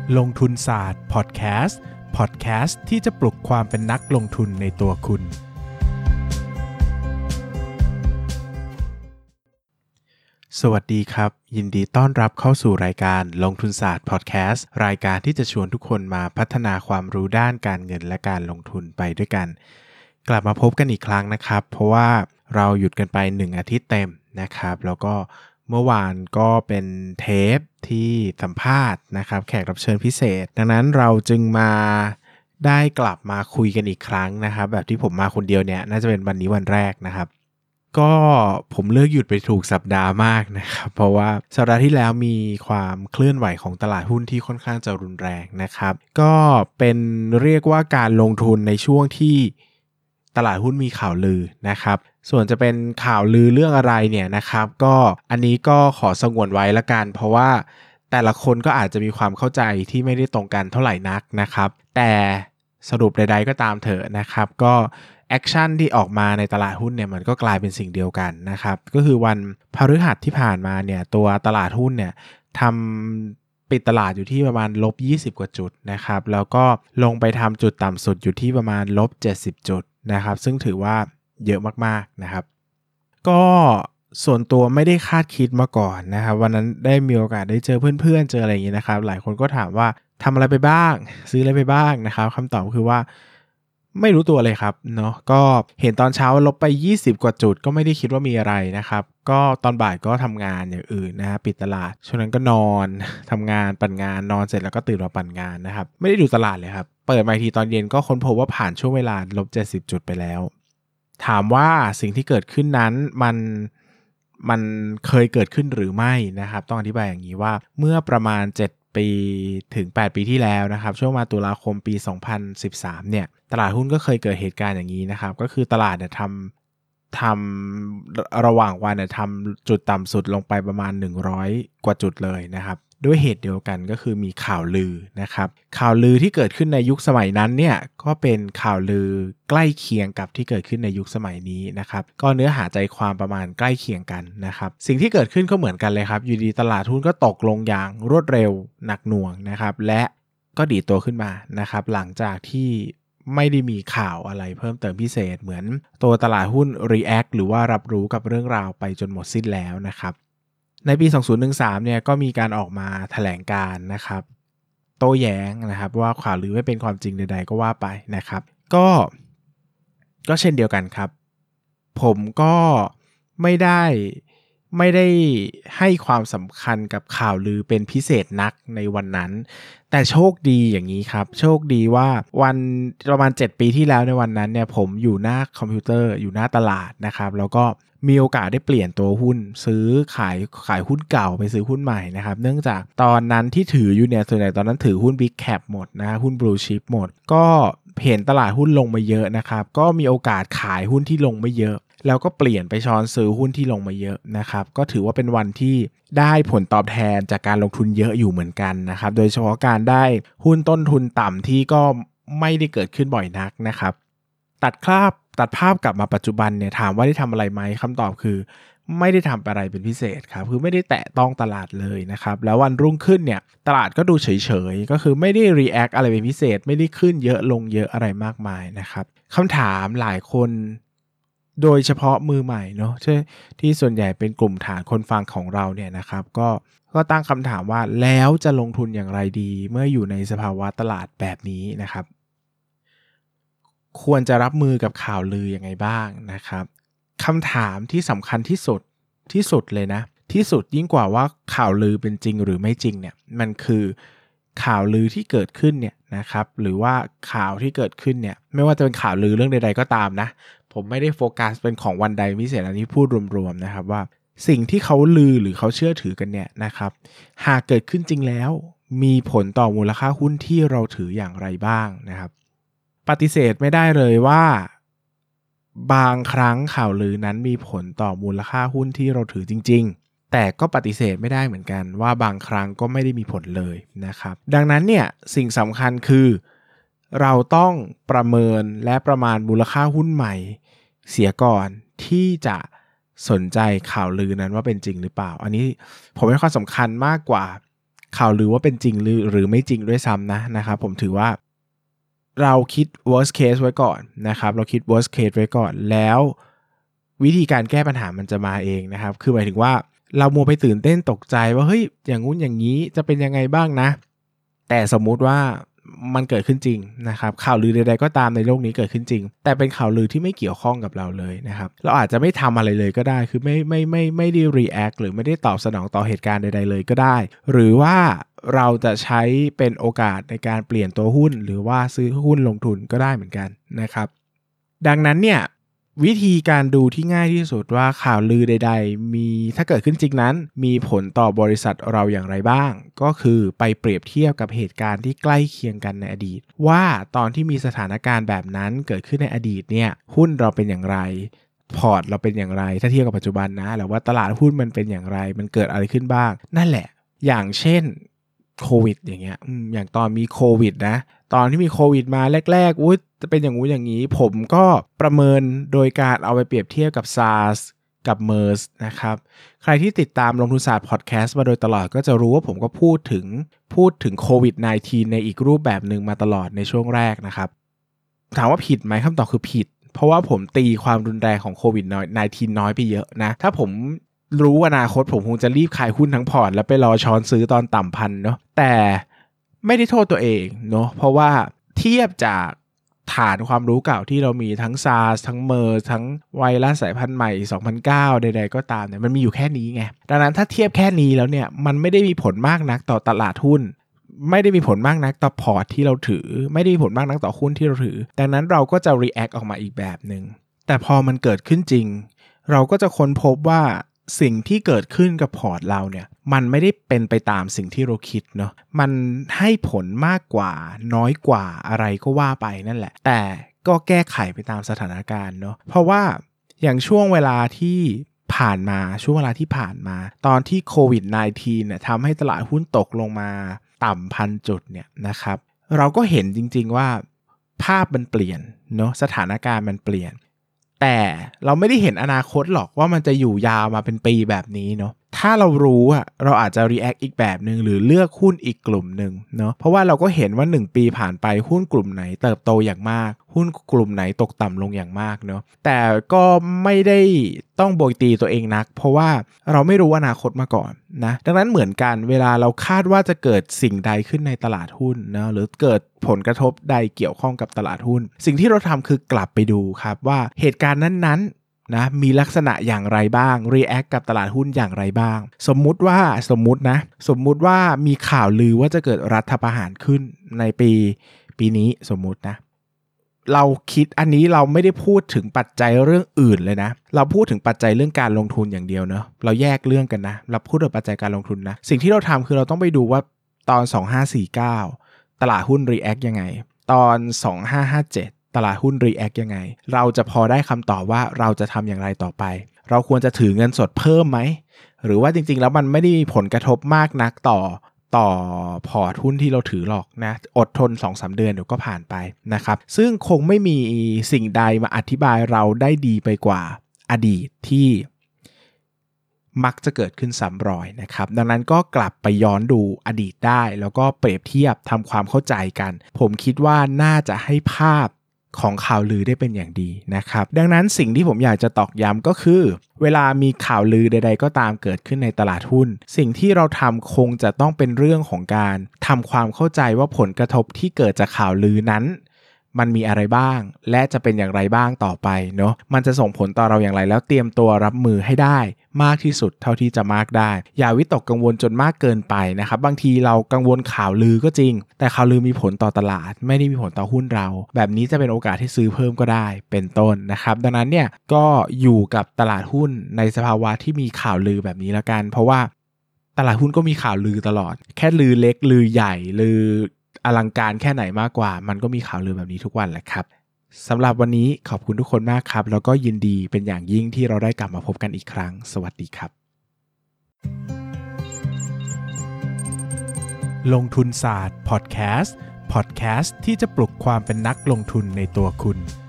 ลงทุนศาสตร์พอดแคสต์ที่จะปลุกความเป็นนักลงทุนในตัวคุณสวัสดีครับยินดีต้อนรับเข้าสู่รายการลงทุนศาสตร์พอดแคสต์รายการที่จะชวนทุกคนมาพัฒนาความรู้ด้านการเงินและการลงทุนไปด้วยกันกลับมาพบกันอีกครั้งนะครับเพราะว่าเราหยุดกันไป1อาทิตย์เต็มนะครับแล้วก็เมื่อวานก็เป็นเทปที่สัมภาษณ์นะครับแขกรับเชิญพิเศษดังนั้นเราจึงมาได้กลับมาคุยกันอีกครั้งนะครับแบบที่ผมมาคนเดียวเนี่ยน่าจะเป็นวันนี้วันแรกนะครับก็ผมเลือกหยุดไปถูกสัปดาห์มากนะครับเพราะว่าสัปดาห์ที่แล้วมีความเคลื่อนไหวของตลาดหุ้นที่ค่อนข้างจะรุนแรงนะครับก็เป็นเรียกว่าการลงทุนในช่วงที่ตลาดหุ้นมีข่าวลือนะครับส่วนจะเป็นข่าวลือเรื่องอะไรเนี่ยนะครับก็อันนี้ก็ขอสงวนไว้ละกันเพราะว่าแต่ละคนก็อาจจะมีความเข้าใจที่ไม่ได้ตรงกันเท่าไหร่นักนะครับแต่สรุปใดๆก็ตามเถอะนะครับก็แอคชั่นที่ออกมาในตลาดหุ้นเนี่ยมันก็กลายเป็นสิ่งเดียวกันนะครับก็คือวันพฤหัสที่ผ่านมาเนี่ยตัวตลาดหุ้นเนี่ยปิดตลาดอยู่ที่ประมาณ-20 กว่าจุดนะครับแล้วก็ลงไปทำจุดต่ำสุดอยู่ที่ประมาณ-70 จุดนะครับซึ่งถือว่าเยอะมากๆนะครับก็ส่วนตัวไม่ได้คาดคิดมาก่อนนะครับวันนั้นได้มีโอกาสได้เจอเพื่อนๆเจออะไรอย่างนี้นะครับหลายคนก็ถามว่าทำอะไรไปบ้างซื้ออะไรไปบ้างนะครับคำตอบคือว่าไม่รู้ตัวเลยครับเนาะก็เห็นตอนเช้าลบไป20 กว่าจุดก็ไม่ได้คิดว่ามีอะไรนะครับก็ตอนบ่ายก็ทำงานอย่างอื่นนะฮะปิดตลาดช่วงนั้นก็นอนทำงานปั่นงานนอนเสร็จแล้วก็ตื่นมาปั่นงานนะครับไม่ได้ดูตลาดเลยครับเปิดมาทีตอนเย็นก็ค้นพบว่าผ่านช่วงเวลา-70 จุดไปแล้วถามว่าสิ่งที่เกิดขึ้นนั้นมันเคยเกิดขึ้นหรือไม่นะครับต้องอธิบายอย่างนี้ว่าเมื่อประมาณ7 ปีถึง8 ปีที่แล้วนะครับช่วงมาตุลาคมปี2013เนี่ยตลาดหุ้นก็เคยเกิดเหตุการณ์อย่างนี้นะครับก็คือตลาดเนี่ยทำระหว่างวันเนี่ยทำจุดต่ำสุดลงไปประมาณ100 กว่าจุดเลยนะครับด้วยเหตุเดียวกันก็คือมีข่าวลือนะครับข่าวลือที่เกิดขึ้นในยุคสมัยนั้นเนี่ยก็เป็นข่าวลือใกล้เคียงกับที่เกิดขึ้นในยุคสมัยนี้นะครับก็เนื้อหาใจความประมาณใกล้เคียงกันนะครับสิ่งที่เกิดขึ้นก็เหมือนกันเลยครับอยู่ดีตลาดหุ้นก็ตกลงอย่างรวดเร็วหนักหน่วงนะครับและก็ดีดตัวขึ้นมานะครับหลังจากที่ไม่ได้มีข่าวอะไรเพิ่มเติมพิเศษเหมือนตัวตลาดหุ้น react หรือว่ารับรู้กับเรื่องราวไปจนหมดสิ้นแล้วนะครับในปี2013เนี่ยก็มีการออกมาแถลงการนะครับโต้แย้งนะครับว่าข่าวลือไม่เป็นความจริงใดๆก็ว่าไปนะครับก็เช่นเดียวกันครับผมก็ไม่ได้ให้ความสำคัญกับข่าวลือเป็นพิเศษนักในวันนั้นแต่โชคดีอย่างนี้ครับโชคดีว่าวันประมาณ7 ปีที่แล้วในวันนั้นเนี่ยผมอยู่หน้าคอมพิวเตอร์อยู่หน้าตลาดนะครับแล้วก็มีโอกาสได้เปลี่ยนตัวหุ้นซื้อขายหุ้นเก่าไปซื้อหุ้นใหม่นะครับเนื่องจากตอนนั้นที่ถืออยู่เนี่ยส่วนใหญ่ตอนนั้นถือหุ้น Big Cap หมดนะหุ้น Blue Chip หมดก็เห็นตลาดหุ้นลงมาเยอะนะครับก็มีโอกาสขายหุ้นที่ลงไม่เยอะแล้วก็เปลี่ยนไปช้อนซื้อหุ้นที่ลงมาเยอะนะครับก็ถือว่าเป็นวันที่ได้ผลตอบแทนจากการลงทุนเยอะอยู่เหมือนกันนะครับโดยเฉพาะการได้หุ้นต้นทุนต่ำที่ก็ไม่ได้เกิดขึ้นบ่อยนักนะครับตัดภาพกลับมาปัจจุบันเนี่ยถามว่าได้ทำอะไรไหมคำตอบคือไม่ได้ทำอะไรเป็นพิเศษครับคือไม่ได้แตะต้องตลาดเลยนะครับแล้ววันรุ่งขึ้นเนี่ยตลาดก็ดูเฉยๆก็คือไม่ได้ react อะไรเป็นพิเศษไม่ได้ขึ้นเยอะลงเยอะอะไรมากมายนะครับคำถามหลายคนโดยเฉพาะมือใหม่เนาะที่ส่วนใหญ่เป็นกลุ่มฐานคนฟังของเราเนี่ยนะครับก็ตั้งคำถามว่าแล้วจะลงทุนอย่างไรดีเมื่ออยู่ในสภาวะตลาดแบบนี้นะครับควรจะรับมือกับข่าวลือยังไงบ้างนะครับคำถามที่สำคัญที่สุดเลยนะที่สุดยิ่งกว่าว่าข่าวลือเป็นจริงหรือไม่จริงเนี่ยมันคือข่าวลือที่เกิดขึ้นเนี่ยนะครับหรือว่าข่าวที่เกิดขึ้นเนี่ยไม่ว่าจะเป็นข่าวลือเรื่องใดๆก็ตามนะผมไม่ได้โฟกัสเป็นของวันใดพิเศษอันนี้พูดรวมๆนะครับว่าสิ่งที่เขาลือหรือเขาเชื่อถือกันเนี่ยนะครับหากเกิดขึ้นจริงแล้วมีผลต่อมูลค่าหุ้นที่เราถืออย่างไรบ้างนะครับปฏิเสธไม่ได้เลยว่าบางครั้งข่าวลือนั้นมีผลต่อมูลค่าหุ้นที่เราถือจริงๆแต่ก็ปฏิเสธไม่ได้เหมือนกันว่าบางครั้งก็ไม่ได้มีผลเลยนะครับดังนั้นเนี่ยสิ่งสำคัญคือเราต้องประเมินและประมาณมูลค่าหุ้นใหม่เสียก่อนที่จะสนใจข่าวลือนั้นว่าเป็นจริงหรือเปล่าอันนี้ผมให้ความสำคัญมากกว่าข่าวลือว่าเป็นจริงหรือไม่จริงด้วยซ้ำนะครับผมถือว่าเราคิด worst case ไว้ก่อนนะครับเราคิด worst case ไว้ก่อนแล้ววิธีการแก้ปัญหามันจะมาเองนะครับคือหมายถึงว่าเรามัวไปตื่นเต้นตกใจว่าเฮ้ยอย่างงู้นอย่างนี้จะเป็นยังไงบ้างนะแต่สมมุติว่ามันเกิดขึ้นจริงนะครับข่าวลือใดๆก็ตามในโลกนี้เกิดขึ้นจริงแต่เป็นข่าวลือที่ไม่เกี่ยวข้องกับเราเลยนะครับเราอาจจะไม่ทำอะไรเลยก็ได้คือไม่ได้ react หรือไม่ได้ตอบสนองต่อเหตุการณ์ใดๆเลยก็ได้หรือว่าเราจะใช้เป็นโอกาสในการเปลี่ยนตัวหุ้นหรือว่าซื้อหุ้นลงทุนก็ได้เหมือนกันนะครับดังนั้นเนี่ยวิธีการดูที่ง่ายที่สุดว่าข่าวลือใดๆมีถ้าเกิดขึ้นจริงนั้นมีผลต่อบริษัทเราอย่างไรบ้างก็คือไปเปรียบเทียบกับเหตุการณ์ที่ใกล้เคียงกันในอดีตว่าตอนที่มีสถานการณ์แบบนั้นเกิดขึ้นในอดีตเนี่ยหุ้นเราเป็นอย่างไรพอร์ตเราเป็นอย่างไรถ้าเทียบกับปัจจุบันนะหรือว่าตลาดหุ้นมันเป็นอย่างไรมันเกิดอะไรขึ้นบ้างนั่นแหละอย่างเช่นโควิดอย่างเงี้ยอย่างตอนมีโควิดนะตอนที่มีโควิดมาแรกๆจะเป็นอย่างงู้นอย่างนี้ผมก็ประเมินโดยการเอาไปเปรียบเทียบกับ SARS กับ MERS นะครับใครที่ติดตามลงทุนศาสตร์พอดแคสต์มาโดยตลอดก็จะรู้ว่าผมก็พูดถึงโควิด -19 ในอีกรูปแบบหนึ่งมาตลอดในช่วงแรกนะครับถามว่าผิดไหมคำตอบคือผิดเพราะว่าผมตีความรุนแรงของโควิด -19 น้อยไปเยอะนะถ้าผมรู้อนาคตผมคงจะรีบขายหุ้นทั้งพอร์ตแล้วไปรอช้อนซื้อตอนต่ำพันเนาะแต่ไม่ได้โทษตัวเองเนาะเพราะว่าเทียบจากฐานความรู้เก่าที่เรามีทั้ง SARS ทั้ง MERS ทั้งไวรัสสายพันธุ์ใหม่2009ใดๆก็ตามเนี่ยมันมีอยู่แค่นี้ไงดังนั้นถ้าเทียบแค่นี้แล้วเนี่ยมันไม่ได้มีผลมากนักต่อตลาดหุ้นไม่ได้มีผลมากนักต่อพอร์ตที่เราถือไม่ได้มีผลมากนักต่อหุ้นที่เราถือดังนั้นเราก็จะ react ออกมาอีกแบบนึงแต่พอมันเกิดขึ้นจริงเราก็จะค้นพบว่าสิ่งที่เกิดขึ้นกับพอร์ตเราเนี่ยมันไม่ได้เป็นไปตามสิ่งที่เราคิดเนาะมันให้ผลมากกว่าน้อยกว่าอะไรก็ว่าไปนั่นแหละแต่ก็แก้ไขไปตามสถานการณ์เนาะเพราะว่าอย่างช่วงเวลาที่ผ่านมาตอนที่โควิด -19 เนี่ยทำให้ตลาดหุ้นตกลงมาต่ำพันจุดเนี่ยนะครับเราก็เห็นจริงๆว่าภาพมันเปลี่ยนเนาะสถานการณ์มันเปลี่ยนแต่เราไม่ได้เห็นอนาคตหรอกว่ามันจะอยู่ยาวมาเป็นปีแบบนี้เนาะถ้าเรารู้อะเราอาจจะ react อีกแบบนึงหรือเลือกหุ้นอีกกลุ่มนึงเนาะเพราะว่าเราก็เห็นว่า1ปีผ่านไปหุ้นกลุ่มไหนเติบโตอย่างมากหุ้นกลุ่มไหนตกต่ำลงอย่างมากเนาะแต่ก็ไม่ได้ต้องโบยตีตัวเองนักเพราะว่าเราไม่รู้อนาคตมาก่อนนะดังนั้นเหมือนกันเวลาเราคาดว่าจะเกิดสิ่งใดขึ้นในตลาดหุ้นนะหรือเกิดผลกระทบใดเกี่ยวข้องกับตลาดหุ้นสิ่งที่เราทำคือกลับไปดูครับว่าเหตุการณ์นั้นนะมีลักษณะอย่างไรบ้าง react กับตลาดหุ้นอย่างไรบ้างสมมุติว่ามีข่าวลือว่าจะเกิดรัฐประหารขึ้นในปีนี้สมมุตินะเราคิดอันนี้เราไม่ได้พูดถึงปัจจัยเรื่องอื่นเลยนะเราพูดถึงปัจจัยเรื่องการลงทุนอย่างเดียวเนาะเราแยกเรื่องกันนะเราพูดถึงปัจจัยการลงทุนนะสิ่งที่เราทำคือเราต้องไปดูว่าตอน2549ตลาดหุ้น react ยังไงตอน2557ตลาดหุ้น react ยังไงเราจะพอได้คำตอบว่าเราจะทำอย่างไรต่อไปเราควรจะถือเงินสดเพิ่มไหมหรือว่าจริงๆแล้วมันไม่ได้มีผลกระทบมากนักต่อพอร์ตหุ้นที่เราถือหรอกนะอดทน 2-3 เดือนเดี๋ยวก็ผ่านไปนะครับซึ่งคงไม่มีสิ่งใดมาอธิบายเราได้ดีไปกว่าอดีตที่มักจะเกิดขึ้นซ้ำรอยนะครับดังนั้นก็กลับไปย้อนดูอดีตได้แล้วก็เปรียบเทียบทำความเข้าใจกันผมคิดว่าน่าจะให้ภาพของข่าวลือได้เป็นอย่างดีนะครับดังนั้นสิ่งที่ผมอยากจะตอกย้ำก็คือเวลามีข่าวลือใดๆก็ตามเกิดขึ้นในตลาดหุ้นสิ่งที่เราทำคงจะต้องเป็นเรื่องของการทำความเข้าใจว่าผลกระทบที่เกิดจากข่าวลือนั้นมันมีอะไรบ้างและจะเป็นอย่างไรบ้างต่อไปเนาะมันจะส่งผลต่อเราอย่างไรแล้วเตรียมตัวรับมือให้ได้มากที่สุดเท่าที่จะมากได้อย่าวิตกกังวลจนมากเกินไปนะครับบางทีเรากังวลข่าวลือก็จริงแต่ข่าวลือมีผลต่อตลาดไม่ได้มีผลต่อหุ้นเราแบบนี้จะเป็นโอกาสที่ซื้อเพิ่มก็ได้เป็นต้นนะครับดังนั้นเนี่ยก็อยู่กับตลาดหุ้นในสภาวะที่มีข่าวลือแบบนี้ละกันเพราะว่าตลาดหุ้นก็มีข่าวลือตลอดแค่ลือเล็กลือใหญ่ลืออลังการแค่ไหนมากกว่ามันก็มีข่าวลือแบบนี้ทุกวันแหละครับสำหรับวันนี้ขอบคุณทุกคนมากครับแล้วก็ยินดีเป็นอย่างยิ่งที่เราได้กลับมาพบกันอีกครั้งสวัสดีครับลงทุนศาสตร์พอดแคสต์ที่จะปลุกความเป็นนักลงทุนในตัวคุณ